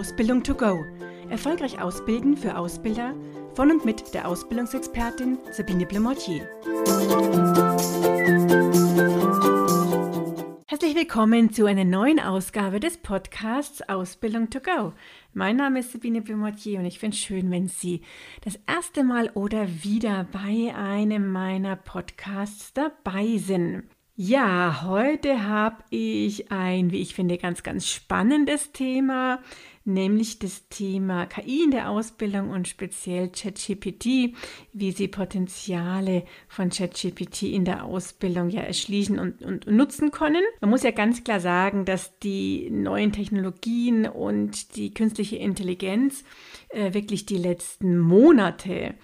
Ausbildung to go. Erfolgreich ausbilden für Ausbilder von und mit der Ausbildungsexpertin Sabine Blemortier. Herzlich willkommen zu einer neuen Ausgabe des Podcasts Ausbildung to go. Mein Name ist Sabine Blemortier und ich finde es schön, wenn Sie das erste Mal oder wieder bei einem meiner Podcasts dabei sind. Ja, heute habe ich ein, wie ich finde, ganz, ganz spannendes Thema, nämlich das Thema KI in der Ausbildung und speziell ChatGPT, wie Sie Potenziale von ChatGPT in der Ausbildung ja erschließen und nutzen können. Man muss ja ganz klar sagen, dass die neuen Technologien und die künstliche Intelligenz wirklich die letzten Monate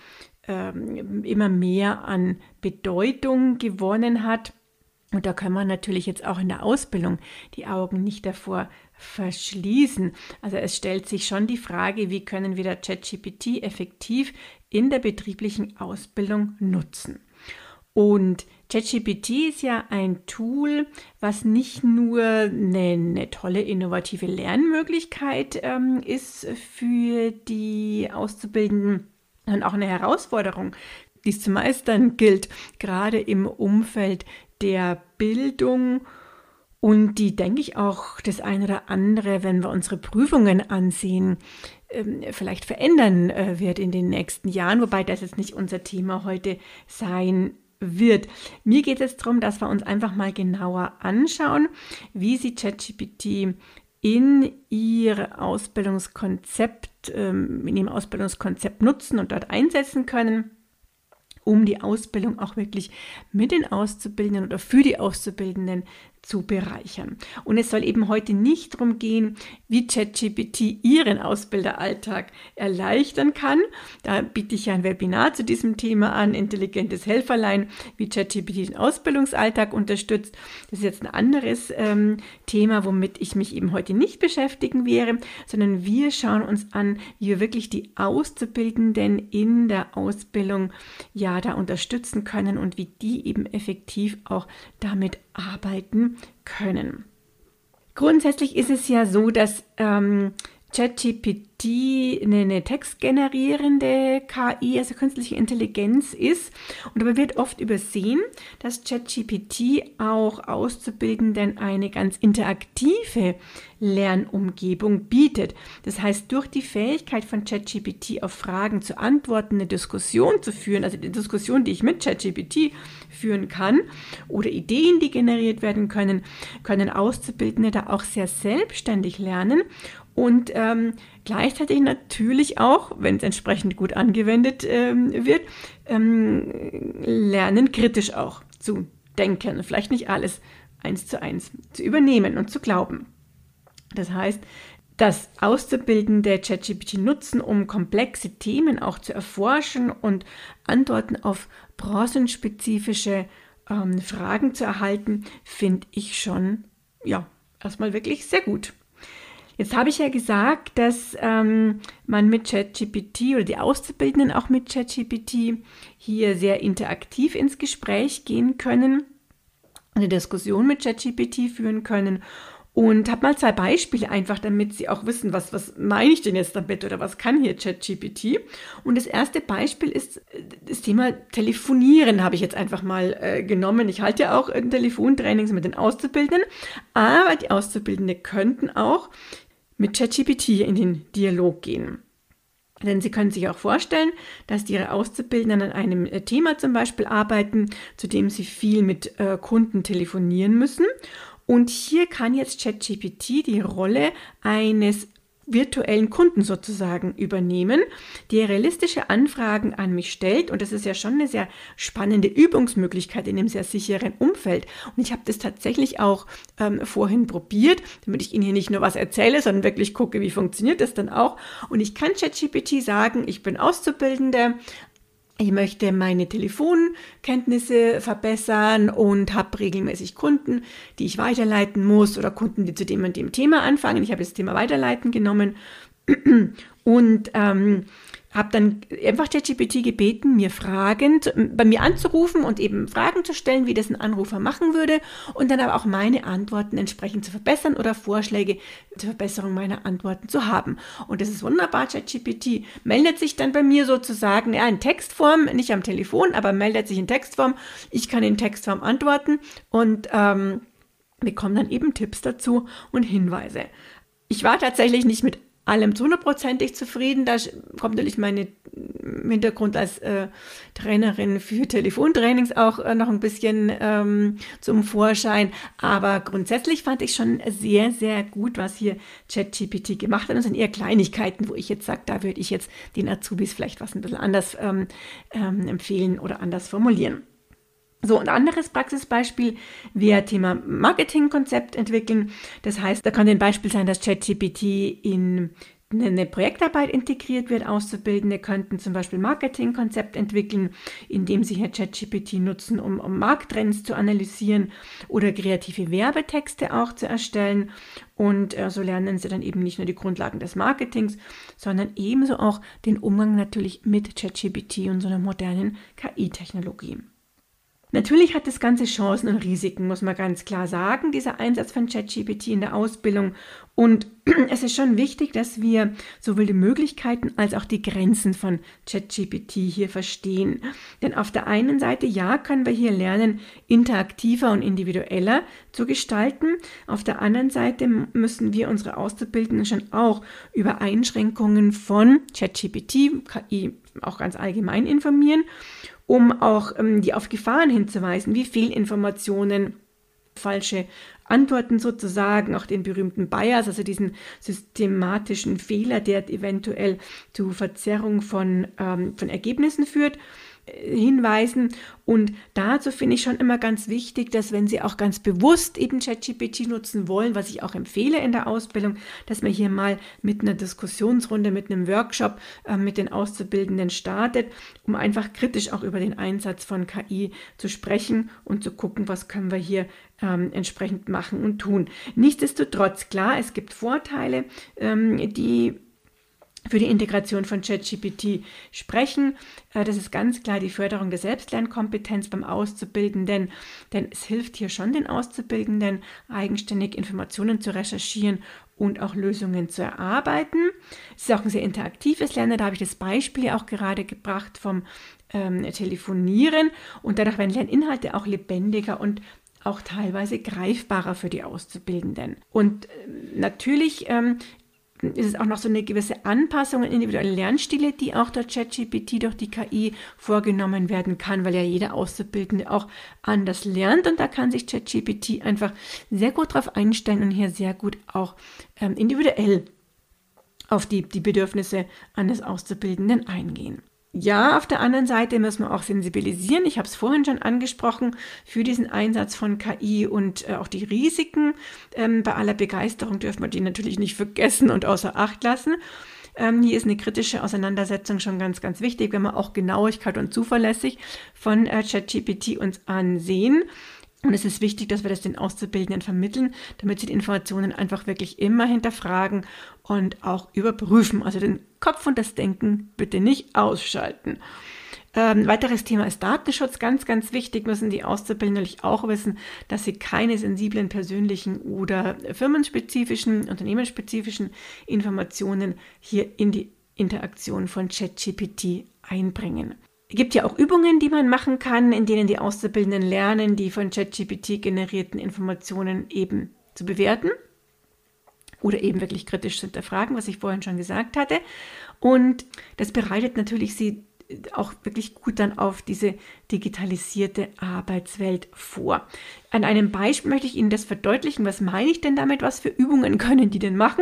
immer mehr an Bedeutung gewonnen hat. Und da kann man natürlich jetzt auch in der Ausbildung die Augen nicht davor verschließen. Also es stellt sich schon die Frage, wie können wir da ChatGPT effektiv in der betrieblichen Ausbildung nutzen. Und ChatGPT ist ja ein Tool, was nicht nur eine tolle innovative Lernmöglichkeit ist für die Auszubildenden, sondern auch eine Herausforderung, die es zu meistern gilt, gerade im Umfeld der Bildung und die, denke ich, auch das eine oder andere, wenn wir unsere Prüfungen ansehen, vielleicht verändern wird in den nächsten Jahren, wobei das jetzt nicht unser Thema heute sein wird. Mir geht es darum, dass wir uns einfach mal genauer anschauen, wie Sie ChatGPT in Ihrem Ausbildungskonzept nutzen und dort einsetzen können, um die Ausbildung auch wirklich mit den Auszubildenden oder für die Auszubildenden zu bereichern. Und es soll eben heute nicht darum gehen, wie ChatGPT Ihren Ausbilderalltag erleichtern kann. Da biete ich ja ein Webinar zu diesem Thema an, intelligentes Helferlein, wie ChatGPT den Ausbildungsalltag unterstützt. Das ist jetzt ein anderes Thema, womit ich mich eben heute nicht beschäftigen werde, sondern wir schauen uns an, wie wir wirklich die Auszubildenden in der Ausbildung ja da unterstützen können und wie die eben effektiv auch damit arbeiten können. Grundsätzlich ist es ja so, dass ChatGPT eine textgenerierende KI, also künstliche Intelligenz ist. Und dabei wird oft übersehen, dass ChatGPT auch Auszubildenden eine ganz interaktive Lernumgebung bietet. Das heißt, durch die Fähigkeit von ChatGPT auf Fragen zu antworten, eine Diskussion zu führen, also die Diskussion, die ich mit ChatGPT führen kann oder Ideen, die generiert werden können, können Auszubildende da auch sehr selbstständig lernen und gleichzeitig natürlich auch, wenn es entsprechend gut angewendet wird, lernen kritisch auch zu denken, vielleicht nicht alles 1:1 zu übernehmen und zu glauben. Das heißt, dass Auszubildende ChatGPT nutzen, um komplexe Themen auch zu erforschen und Antworten auf branchenspezifische Fragen zu erhalten, finde ich schon erstmal wirklich sehr gut. Jetzt habe ich ja gesagt, dass man mit ChatGPT oder die Auszubildenden auch mit ChatGPT hier sehr interaktiv ins Gespräch gehen können, eine Diskussion mit ChatGPT führen können. Und habe mal 2 Beispiele einfach, damit Sie auch wissen, was meine ich denn jetzt damit oder was kann hier ChatGPT. Und das erste Beispiel ist das Thema Telefonieren, habe ich jetzt einfach mal genommen. Ich halte ja auch Telefontrainings mit den Auszubildenden, aber die Auszubildenden könnten auch mit ChatGPT in den Dialog gehen. Denn Sie können sich auch vorstellen, dass Ihre Auszubildenden an einem Thema zum Beispiel arbeiten, zu dem Sie viel mit Kunden telefonieren müssen. Und hier kann jetzt ChatGPT die Rolle eines virtuellen Kunden sozusagen übernehmen, der realistische Anfragen an mich stellt. Und das ist ja schon eine sehr spannende Übungsmöglichkeit in einem sehr sicheren Umfeld. Und ich habe das tatsächlich auch vorhin probiert, damit ich Ihnen hier nicht nur was erzähle, sondern wirklich gucke, wie funktioniert das dann auch. Und ich kann ChatGPT sagen, ich bin Auszubildende, ich möchte meine Telefonkenntnisse verbessern und habe regelmäßig Kunden, die ich weiterleiten muss oder Kunden, die zu dem und dem Thema anfangen. Ich habe das Thema Weiterleiten genommen und habe dann einfach ChatGPT gebeten, bei mir anzurufen und eben Fragen zu stellen, wie das ein Anrufer machen würde und dann aber auch meine Antworten entsprechend zu verbessern oder Vorschläge zur Verbesserung meiner Antworten zu haben. Und das ist wunderbar. ChatGPT meldet sich dann bei mir sozusagen in Textform, nicht am Telefon, aber meldet sich in Textform. Ich kann in Textform antworten und bekomme dann eben Tipps dazu und Hinweise. Ich war tatsächlich nicht mit allem zu 100% zufrieden. Da kommt natürlich mein Hintergrund als Trainerin für Telefontrainings auch noch ein bisschen zum Vorschein. Aber grundsätzlich fand ich schon sehr, sehr gut, was hier ChatGPT gemacht hat. Und das sind eher Kleinigkeiten, wo ich jetzt sage, da würde ich jetzt den Azubis vielleicht was ein bisschen anders empfehlen oder anders formulieren. So, ein anderes Praxisbeispiel wäre Thema Marketingkonzept entwickeln. Das heißt, da kann ein Beispiel sein, dass ChatGPT in eine Projektarbeit integriert wird. Auszubildende könnten zum Beispiel Marketingkonzept entwickeln, indem sie hier ChatGPT nutzen, um Markttrends zu analysieren oder kreative Werbetexte auch zu erstellen. Und so lernen sie dann eben nicht nur die Grundlagen des Marketings, sondern ebenso auch den Umgang natürlich mit ChatGPT und so einer modernen KI-Technologie. Natürlich hat das Ganze Chancen und Risiken, muss man ganz klar sagen, dieser Einsatz von ChatGPT in der Ausbildung. Und es ist schon wichtig, dass wir sowohl die Möglichkeiten als auch die Grenzen von ChatGPT hier verstehen. Denn auf der einen Seite, ja, können wir hier lernen, interaktiver und individueller zu gestalten. Auf der anderen Seite müssen wir unsere Auszubildenden schon auch über Einschränkungen von ChatGPT, KI auch ganz allgemein informieren, um auch die auf Gefahren hinzuweisen, wie Fehlinformationen, falsche Antworten sozusagen, auch den berühmten Bias, also diesen systematischen Fehler, der eventuell zu Verzerrung von Ergebnissen führt, hinweisen. Und dazu finde ich schon immer ganz wichtig, dass wenn Sie auch ganz bewusst eben ChatGPT nutzen wollen, was ich auch empfehle in der Ausbildung, dass man hier mal mit einer Diskussionsrunde, mit einem Workshop mit den Auszubildenden startet, um einfach kritisch auch über den Einsatz von KI zu sprechen und zu gucken, was können wir hier entsprechend machen und tun. Nichtsdestotrotz, klar, es gibt Vorteile, die für die Integration von ChatGPT sprechen. Das ist ganz klar die Förderung der Selbstlernkompetenz beim Auszubildenden, denn es hilft hier schon den Auszubildenden, eigenständig Informationen zu recherchieren und auch Lösungen zu erarbeiten. Es ist auch ein sehr interaktives Lernen, da habe ich das Beispiel auch gerade gebracht vom Telefonieren und dadurch werden Lerninhalte auch lebendiger und auch teilweise greifbarer für die Auszubildenden. Und natürlich ist es auch noch so eine gewisse Anpassung an individuelle Lernstile, die auch durch ChatGPT, durch die KI vorgenommen werden kann, weil ja jeder Auszubildende auch anders lernt und da kann sich ChatGPT einfach sehr gut drauf einstellen und hier sehr gut auch individuell auf die Bedürfnisse eines Auszubildenden eingehen. Ja, auf der anderen Seite müssen wir auch sensibilisieren. Ich habe es vorhin schon angesprochen, für diesen Einsatz von KI und auch die Risiken. Bei aller Begeisterung dürfen wir die natürlich nicht vergessen und außer Acht lassen. Hier ist eine kritische Auseinandersetzung schon ganz, ganz wichtig, wenn wir auch Genauigkeit und zuverlässig von ChatGPT uns ansehen. Und es ist wichtig, dass wir das den Auszubildenden vermitteln, damit sie die Informationen einfach wirklich immer hinterfragen und auch überprüfen. Also den Kopf und das Denken bitte nicht ausschalten. Weiteres Thema ist Datenschutz. Ganz, ganz wichtig müssen die Auszubildenden natürlich auch wissen, dass sie keine sensiblen persönlichen oder firmenspezifischen, unternehmensspezifischen Informationen hier in die Interaktion von ChatGPT einbringen. Es gibt ja auch Übungen, die man machen kann, in denen die Auszubildenden lernen, die von ChatGPT generierten Informationen eben zu bewerten oder eben wirklich kritisch zu hinterfragen, was ich vorhin schon gesagt hatte. Und das bereitet natürlich sie auch wirklich gut dann auf diese digitalisierte Arbeitswelt vor. An einem Beispiel möchte ich Ihnen das verdeutlichen. Was meine ich denn damit? Was für Übungen können die denn machen?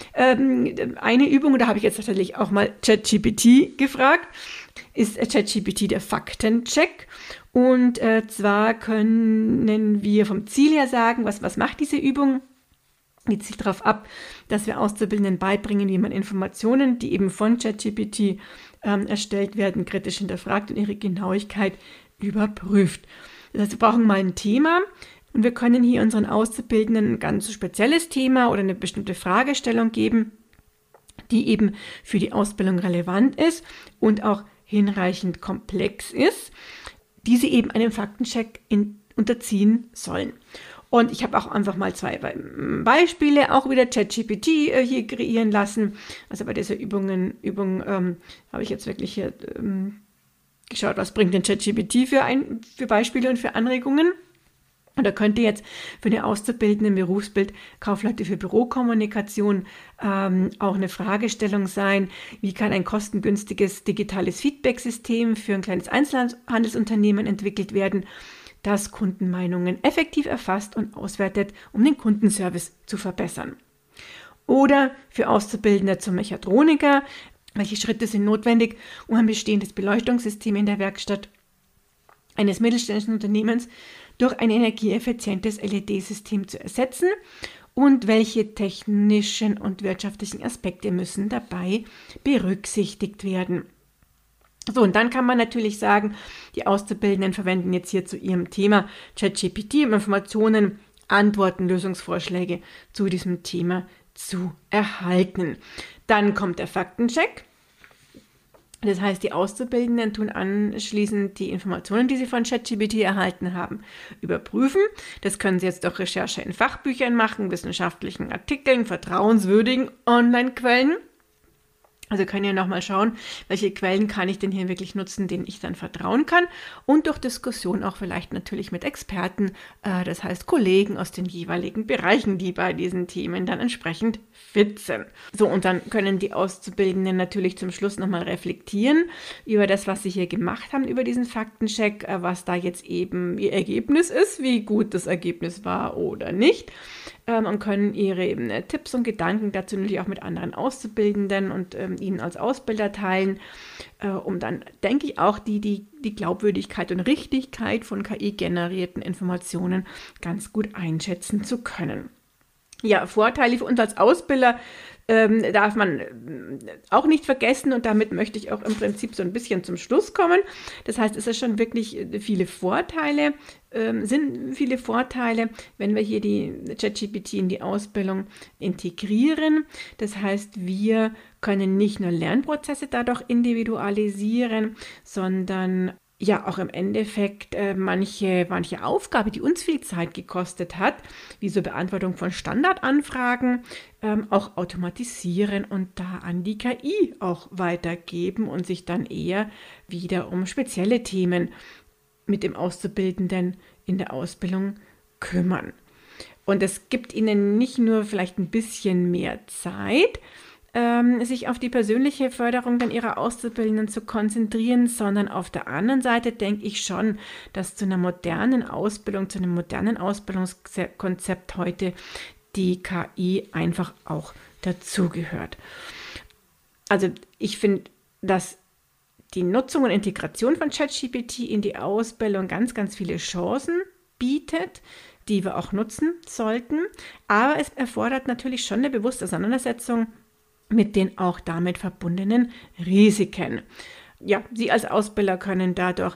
Eine Übung, da habe ich jetzt tatsächlich auch mal ChatGPT gefragt, ist ChatGPT der Faktencheck. Und zwar können wir vom Ziel her sagen, was macht diese Übung? Die zielt darauf ab, dass wir Auszubildenden beibringen, wie man Informationen, die eben von ChatGPT erstellt werden, kritisch hinterfragt und ihre Genauigkeit überprüft. Das heißt, wir brauchen mal ein Thema und wir können hier unseren Auszubildenden ein ganz spezielles Thema oder eine bestimmte Fragestellung geben, die eben für die Ausbildung relevant ist und auch hinreichend komplex ist, die sie eben einem Faktencheck unterziehen sollen. Und ich habe auch einfach mal 2 Beispiele, auch wieder ChatGPT hier kreieren lassen. Also bei dieser Übung habe ich jetzt wirklich hier geschaut, was bringt denn ChatGPT für Beispiele und für Anregungen. Und da könnte jetzt für eine Auszubildende im Berufsbild Kaufleute für Bürokommunikation auch eine Fragestellung sein, wie kann ein kostengünstiges digitales Feedback-System für ein kleines Einzelhandelsunternehmen entwickelt werden, das Kundenmeinungen effektiv erfasst und auswertet, um den Kundenservice zu verbessern. Oder für Auszubildende zum Mechatroniker, welche Schritte sind notwendig, um ein bestehendes Beleuchtungssystem in der Werkstatt eines mittelständischen Unternehmens durch ein energieeffizientes LED-System zu ersetzen und welche technischen und wirtschaftlichen Aspekte müssen dabei berücksichtigt werden. So, und dann kann man natürlich sagen, die Auszubildenden verwenden jetzt hier zu ihrem Thema ChatGPT, um Informationen, Antworten, Lösungsvorschläge zu diesem Thema zu erhalten. Dann kommt der Faktencheck. Das heißt, die Auszubildenden tun anschließend die Informationen, die sie von ChatGPT erhalten haben, überprüfen. Das können sie jetzt durch Recherche in Fachbüchern machen, wissenschaftlichen Artikeln, vertrauenswürdigen Online-Quellen. Also können ja nochmal schauen, welche Quellen kann ich denn hier wirklich nutzen, denen ich dann vertrauen kann. Und durch Diskussion auch vielleicht natürlich mit Experten, das heißt Kollegen aus den jeweiligen Bereichen, die bei diesen Themen dann entsprechend fit sind. So, und dann können die Auszubildenden natürlich zum Schluss nochmal reflektieren über das, was sie hier gemacht haben, über diesen Faktencheck, was da jetzt eben ihr Ergebnis ist, wie gut das Ergebnis war oder nicht. Und können ihre Tipps und Gedanken dazu natürlich auch mit anderen Auszubildenden und ihnen als Ausbilder teilen, um dann, denke ich, auch die Glaubwürdigkeit und Richtigkeit von KI-generierten Informationen ganz gut einschätzen zu können. Ja, Vorteile für uns als Ausbilder darf man auch nicht vergessen, und damit möchte ich auch im Prinzip so ein bisschen zum Schluss kommen. Das heißt, es ist schon wirklich viele Vorteile, wenn wir hier die ChatGPT in die Ausbildung integrieren. Das heißt, wir können nicht nur Lernprozesse dadurch individualisieren, sondern ja auch im Endeffekt manche Aufgabe, die uns viel Zeit gekostet hat, wie so Beantwortung von Standardanfragen, auch automatisieren und da an die KI auch weitergeben und sich dann eher wieder um spezielle Themen mit dem Auszubildenden in der Ausbildung kümmern. Und es gibt ihnen nicht nur vielleicht ein bisschen mehr Zeit, sich auf die persönliche Förderung dann ihrer Auszubildenden zu konzentrieren, sondern auf der anderen Seite denke ich schon, dass zu einer modernen Ausbildung, zu einem modernen Ausbildungskonzept heute die KI einfach auch dazugehört. Also ich finde, dass die Nutzung und Integration von ChatGPT in die Ausbildung ganz, ganz viele Chancen bietet, die wir auch nutzen sollten, aber es erfordert natürlich schon eine bewusste Auseinandersetzung mit den auch damit verbundenen Risiken. Ja, Sie als Ausbilder können dadurch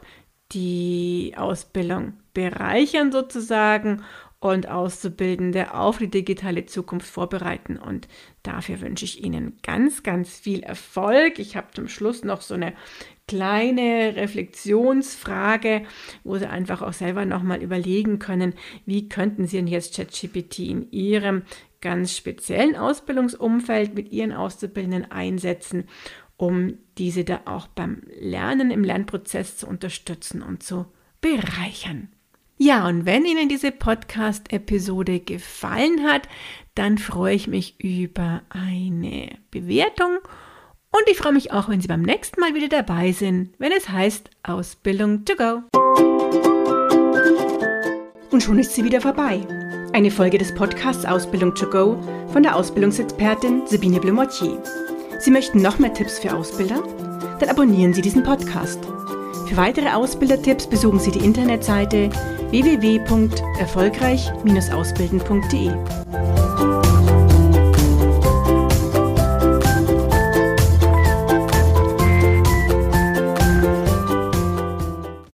die Ausbildung bereichern sozusagen und Auszubildende auf die digitale Zukunft vorbereiten. Und dafür wünsche ich Ihnen ganz, ganz viel Erfolg. Ich habe zum Schluss noch so eine kleine Reflexionsfrage, wo Sie einfach auch selber nochmal überlegen können, wie könnten Sie denn jetzt ChatGPT in Ihrem ganz speziellen Ausbildungsumfeld mit Ihren Auszubildenden einsetzen, um diese da auch beim Lernen im Lernprozess zu unterstützen und zu bereichern. Ja, und wenn Ihnen diese Podcast-Episode gefallen hat, dann freue ich mich über eine Bewertung und ich freue mich auch, wenn Sie beim nächsten Mal wieder dabei sind, wenn es heißt Ausbildung to go. Und schon ist sie wieder vorbei. Eine Folge des Podcasts Ausbildung to go von der Ausbildungsexpertin Sabine Blumottier. Sie möchten noch mehr Tipps für Ausbilder? Dann abonnieren Sie diesen Podcast. Für weitere Ausbildertipps besuchen Sie die Internetseite www.erfolgreich-ausbilden.de.